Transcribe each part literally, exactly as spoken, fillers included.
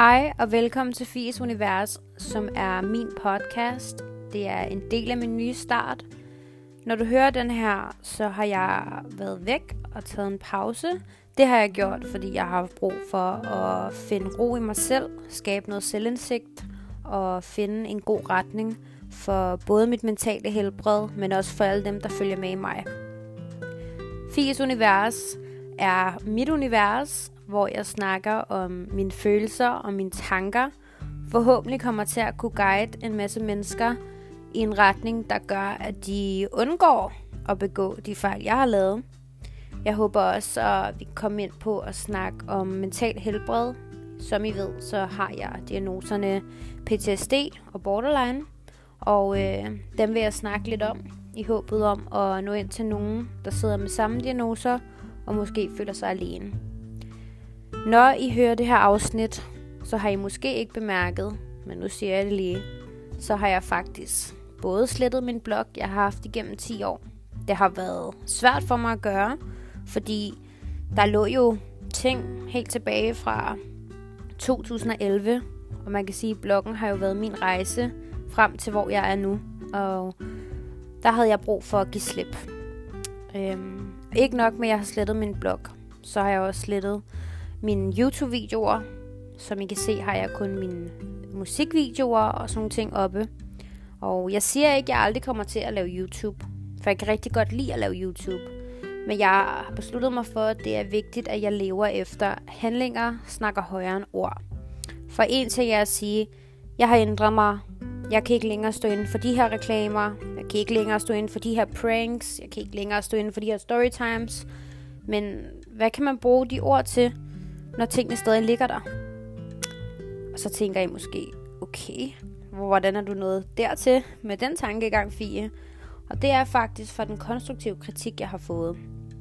Hej og velkommen til Fies Univers, som er min podcast. Det er en del af min nye start. Når du hører den her, så har jeg været væk og taget en pause. Det har jeg gjort, fordi jeg har haft brug for at finde ro i mig selv, skabe noget selvindsigt og finde en god retning for både mit mentale helbred, men også for alle dem, der følger med i mig. Fies Univers er mit univers, hvor jeg snakker om mine følelser og mine tanker, forhåbentlig kommer til at kunne guide en masse mennesker i en retning, der gør, at de undgår at begå de fejl, jeg har lavet. Jeg håber også, at vi kan komme ind på at snakke om mental helbred. Som I ved, så har jeg diagnoserne P T S D og borderline, og øh, dem vil jeg snakke lidt om, i håbet om at nå ind til nogen, der sidder med samme diagnoser og måske føler sig alene. Når I hører det her afsnit, så har I måske ikke bemærket, men nu siger jeg det lige, så har jeg faktisk både slettet min blog, jeg har haft igennem ti år. Det har været svært for mig at gøre, fordi der lå jo ting helt tilbage fra to tusind og elleve, og man kan sige, at bloggen har jo været min rejse frem til, hvor jeg er nu, og der havde jeg brug for at give slip. Øhm, ikke nok med, at jeg har slettet min blog, så har jeg også slettet mine YouTube-videoer. Som I kan se, har jeg kun mine musikvideoer og sådan nogle ting oppe. Og jeg siger ikke, at jeg aldrig kommer til at lave YouTube, for jeg kan rigtig godt lide at lave YouTube. Men jeg har besluttet mig for, at det er vigtigt, at jeg lever efter handlinger, snakker højere end ord. For en ting er at sige, jeg har ændret mig. Jeg kan ikke længere stå inden for de her reklamer. Jeg kan ikke længere stå inden for de her pranks. Jeg kan ikke længere stå inden for de her storytimes. Men hvad kan man bruge de ord til, når tingene stadig ligger der? Og så tænker I måske, okay, hvordan er du nået dertil med den tankegang, Fie? Og det er faktisk for den konstruktive kritik, jeg har fået.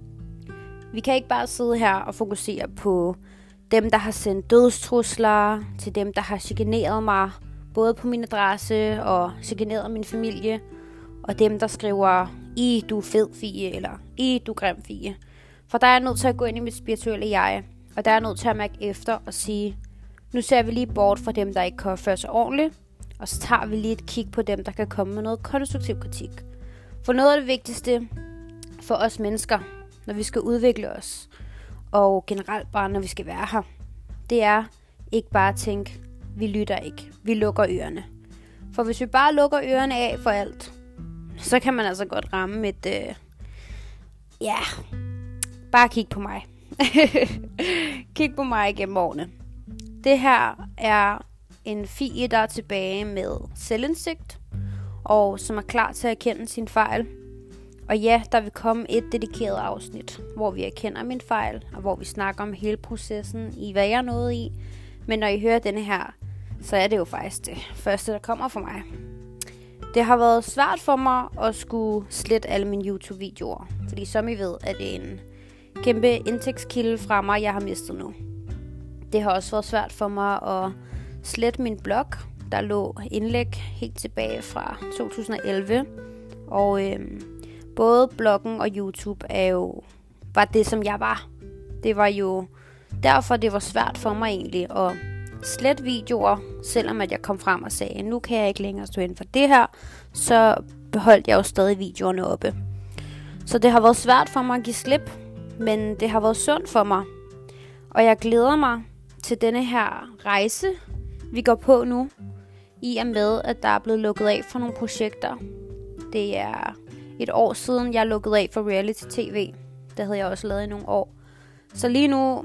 Vi kan ikke bare sidde her og fokusere på dem, der har sendt dødstrusler, til dem, der har chikaneret mig, både på min adresse og chikaneret min familie, og dem, der skriver, I, du er fed, Fie, eller I, du er grim, Fie. For der er jeg nødt til at gå ind i mit spirituelle jeg, og der er jeg nødt til at mærke efter og sige, nu ser vi lige bort fra dem, der ikke kan opføre sig ordentligt, og så tager vi lige et kig på dem, der kan komme med noget konstruktiv kritik. For noget af det vigtigste for os mennesker, når vi skal udvikle os, og generelt bare når vi skal være her, det er ikke bare at tænke, vi lytter ikke, vi lukker ørerne. For hvis vi bare lukker ørerne af for alt, så kan man altså godt ramme et, øh, ja, bare kig på mig. Kig på mig igennem årene. Det her er en Fie, der er tilbage med selvindsigt, og som er klar til at erkende sin fejl. Og ja, der vil komme et dedikeret afsnit, hvor vi erkender min fejl, og hvor vi snakker om hele processen i, hvad jeg er nået i. Men når I hører denne her, så er det jo faktisk det første, der kommer for mig. Det har været svært for mig at skulle slette alle mine YouTube-videoer, fordi som I ved, er det en kæmpe indtægtskilde fra mig, jeg har mistet nu. Det har også været svært for mig at slette min blog. Der lå indlæg helt tilbage fra to tusind og elleve, og øhm, både bloggen og YouTube er jo, var det, som jeg var. Det var jo derfor, det var svært for mig egentlig at slette videoer, selvom at jeg kom frem og sagde, nu kan jeg ikke længere stå inden for det her, så beholdt jeg jo stadig videoerne oppe. Så det har været svært for mig at give slip, men det har været sundt for mig. Og jeg glæder mig til denne her rejse, vi går på nu, i og med, at der er blevet lukket af for nogle projekter. Det er et år siden, jeg lukkede af for reality tv. Det havde jeg også lavet i nogle år. Så lige nu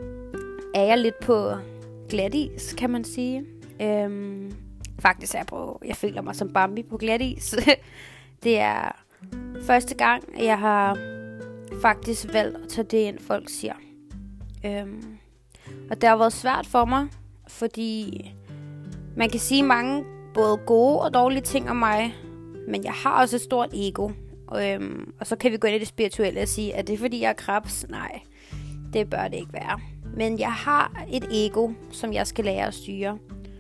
er jeg lidt på glatis, kan man sige. Øhm, faktisk er jeg på, jeg føler mig som Bambi på glatis. Det er første gang, jeg har faktisk valgt at tage det ind, folk siger. Øhm, og det har været svært for mig, fordi man kan sige mange både gode og dårlige ting om mig, men jeg har også et stort ego. Øhm, og så kan vi gå ind i det spirituelle og sige, at det er fordi jeg er krebs? Nej, det bør det ikke være. Men jeg har et ego, som jeg skal lære at styre.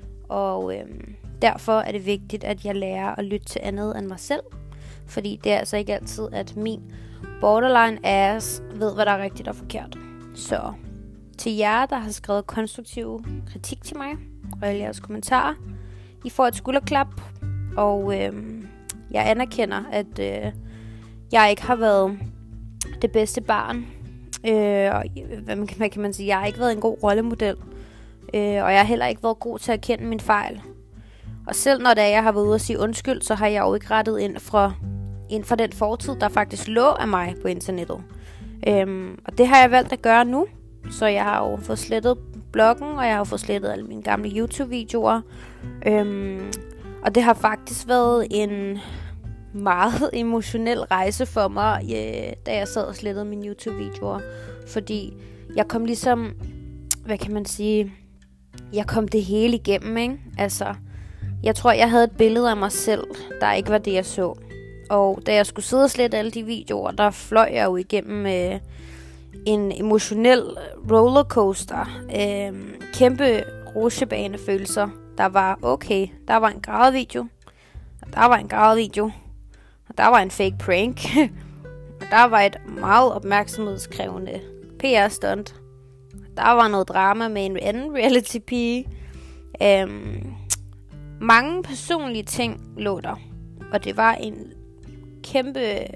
Og øhm, derfor er det vigtigt, at jeg lærer at lytte til andet end mig selv. Fordi det er altså ikke altid, at min borderline ass ved, hvad der er rigtigt og forkert. Så til jer, der har skrevet konstruktiv kritik til mig, og alle jeres kommentarer. I får et skulderklap, og øh, jeg anerkender, at øh, jeg ikke har været det bedste barn. Øh, og, hvad, hvad kan man sige? Jeg har ikke været en god rollemodel, øh, og jeg har heller ikke været god til at erkende min fejl. Og selv når det er, jeg har været ude at sige undskyld, så har jeg jo ikke rettet ind fra, ind fra den fortid, der faktisk lå af mig på internettet. Øhm, og det har jeg valgt at gøre nu. Så jeg har jo fået slettet bloggen, og jeg har fået slettet alle mine gamle YouTube-videoer. Øhm, og det har faktisk været en meget emotionel rejse for mig, øh, da jeg sad og slettede mine YouTube-videoer. Fordi jeg kom ligesom, hvad kan man sige, jeg kom det hele igennem, ikke? Altså, jeg tror, jeg havde et billede af mig selv, der ikke var det, jeg så. Og da jeg skulle sidde og slette alle de videoer, der fløj jeg jo igennem øh, en emotionel rollercoaster. Øh, kæmpe rutsjebanefølelser. Der var okay, der var en grædevideo, og der var en grædevideo, og der var en fake prank, og der var et meget opmærksomhedskrævende P R-stunt. Der var noget drama med en anden reality-pige. Øh, mange personlige ting lå der, og det var en kæmpe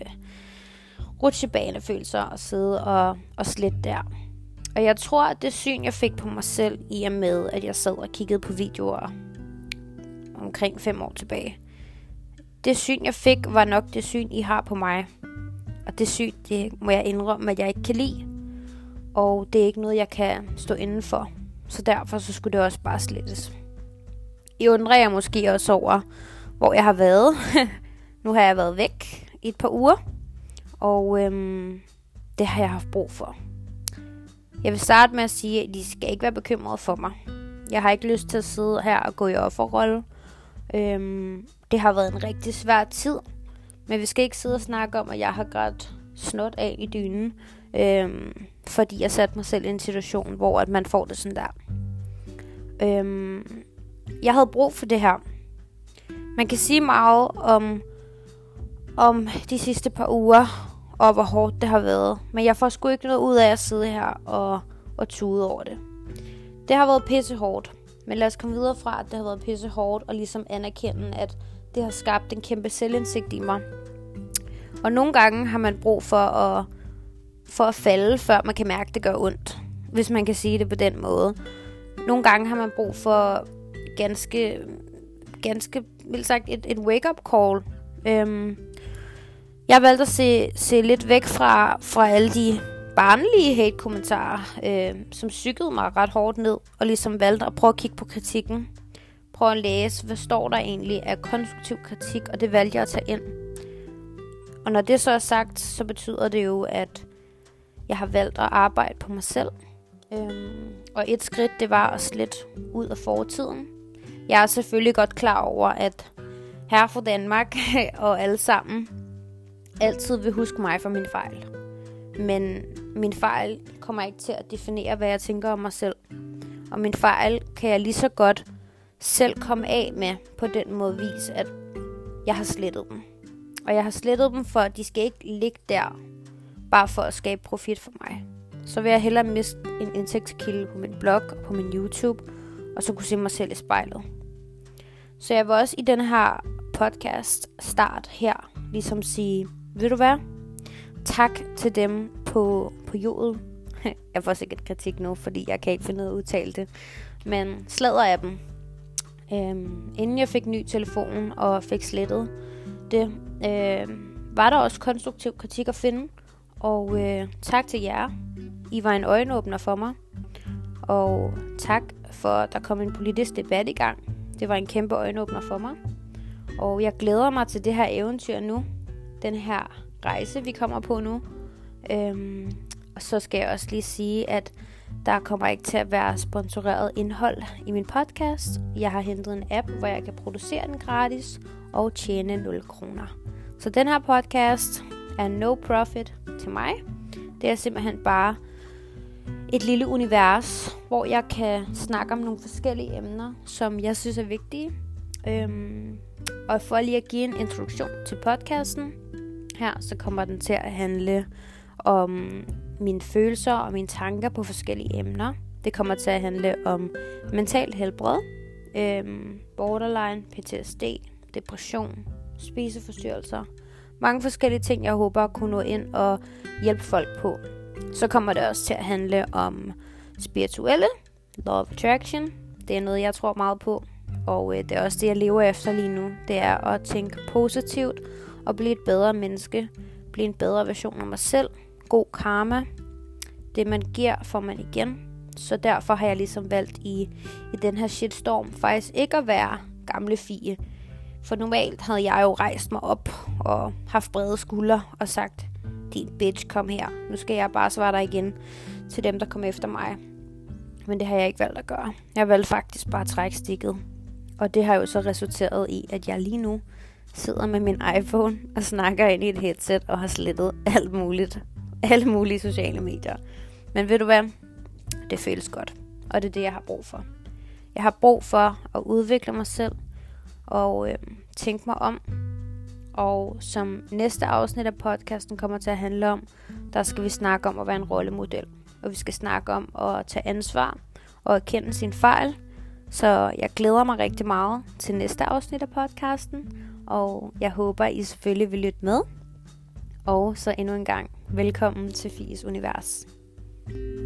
rutsjebanefølelser at sidde og, og slette der. Og jeg tror, at det syn, jeg fik på mig selv, i og med, at jeg sad og kiggede på videoer omkring fem år tilbage, det syn, jeg fik, var nok det syn, I har på mig. Og det syn, det må jeg indrømme, at jeg ikke kan lide. Og det er ikke noget, jeg kan stå inden for. Så derfor så skulle det også bare slettes. I undrer jeg måske også over, hvor jeg har været. Nu har jeg været væk i et par uger, og øhm, det har jeg haft brug for. Jeg vil starte med at sige, at I skal ikke være bekymrede for mig. Jeg har ikke lyst til at sidde her og gå i offerrolle. Øhm, det har været en rigtig svær tid, men vi skal ikke sidde og snakke om, at jeg har grædt snot af i dynen, øhm, fordi jeg satte mig selv i en situation, hvor at man får det sådan der. Øhm, jeg havde brug for det her. Man kan sige meget om om de sidste par uger, og hvor hårdt det har været. Men jeg får sgu ikke noget ud af at sidde her og, og tude over det. Det har været pissehårdt. Men lad os komme videre fra, at det har været pissehårdt, og ligesom anerkende, at det har skabt en kæmpe selvindsigt i mig. Og nogle gange har man brug for at, for at falde, før man kan mærke, at det gør ondt. Hvis man kan sige det på den måde. Nogle gange har man brug for ganske, ganske, vil sagt, et, et wake-up call. Øhm, Jeg valgte at se, se lidt væk fra, fra alle de barnlige hate-kommentarer, øh, som psykede mig ret hårdt ned, og ligesom valgte at prøve at kigge på kritikken. Prøve at læse, hvad står der egentlig af konstruktiv kritik, og det valgte jeg at tage ind. Og når det så er sagt, så betyder det jo, at jeg har valgt at arbejde på mig selv. Øhm, og et skridt, det var at slette ud af fortiden. Jeg er selvfølgelig godt klar over, at her fra Danmark og alle sammen altid vil huske mig for min fejl. Men min fejl kommer ikke til at definere, hvad jeg tænker om mig selv. Og min fejl kan jeg lige så godt selv komme af med på den måde vis, at jeg har slettet dem. Og jeg har slettet dem, for at de skal ikke ligge der, bare for at skabe profit for mig. Så vil jeg hellere miste en indtægtskilde på min blog og på min YouTube, og så kunne se mig selv i spejlet. Så jeg vil også i den her podcast start her, ligesom sige, ved du hvad? Tak til dem på, på jordet. Jeg får sikkert kritik nu, fordi jeg kan ikke finde ud af at udtale det. Men sladder af dem. Øhm, inden jeg fik ny telefon og fik slettet det, øhm, var der også konstruktiv kritik at finde. Og øh, tak til jer. I var en øjenåbner for mig. Og tak for, at der kom en politisk debat i gang. Det var en kæmpe øjenåbner for mig. Og jeg glæder mig til det her eventyr nu. Den her rejse, vi kommer på nu. Øhm, og så skal jeg også lige sige, at der kommer ikke til at være sponsoreret indhold i min podcast. Jeg har hentet en app, hvor jeg kan producere den gratis og tjene nul kroner. Så den her podcast er no profit til mig. Det er simpelthen bare et lille univers, hvor jeg kan snakke om nogle forskellige emner, som jeg synes er vigtige. Øhm, og for lige at give en introduktion til podcasten her, så kommer den til at handle om mine følelser og mine tanker på forskellige emner. Det kommer til at handle om mentalt helbred, øhm, borderline, P T S D, depression, spiseforstyrrelser. Mange forskellige ting, jeg håber at kunne nå ind og hjælpe folk på. Så kommer det også til at handle om spirituelle, law of attraction. Det er noget, jeg tror meget på. Og øh, det er også det, jeg lever efter lige nu. Det er at tænke positivt og blive et bedre menneske. Blive en bedre version af mig selv. God karma. Det, man giver, får man igen. Så derfor har jeg ligesom valgt i, i den her shitstorm faktisk ikke at være gamle Fie. For normalt havde jeg jo rejst mig op og haft brede skuldre og sagt, din bitch, kom her. Nu skal jeg bare svare dig igen til dem, der kom efter mig. Men det har jeg ikke valgt at gøre. Jeg valgte faktisk bare at trække stikket. Og det har jo så resulteret i, at jeg lige nu sidder med min iPhone og snakker ind i et headset og har slettet alt muligt. Alle mulige sociale medier. Men ved du hvad? Det føles godt. Og det er det, jeg har brug for. Jeg har brug for at udvikle mig selv og øh, tænke mig om. Og som næste afsnit af podcasten kommer til at handle om, der skal vi snakke om at være en rollemodel. Og vi skal snakke om at tage ansvar og erkende sin fejl. Så jeg glæder mig rigtig meget til næste afsnit af podcasten. Og jeg håber, I selvfølgelig vil lytte med. Og så endnu en gang, velkommen til Fies Univers.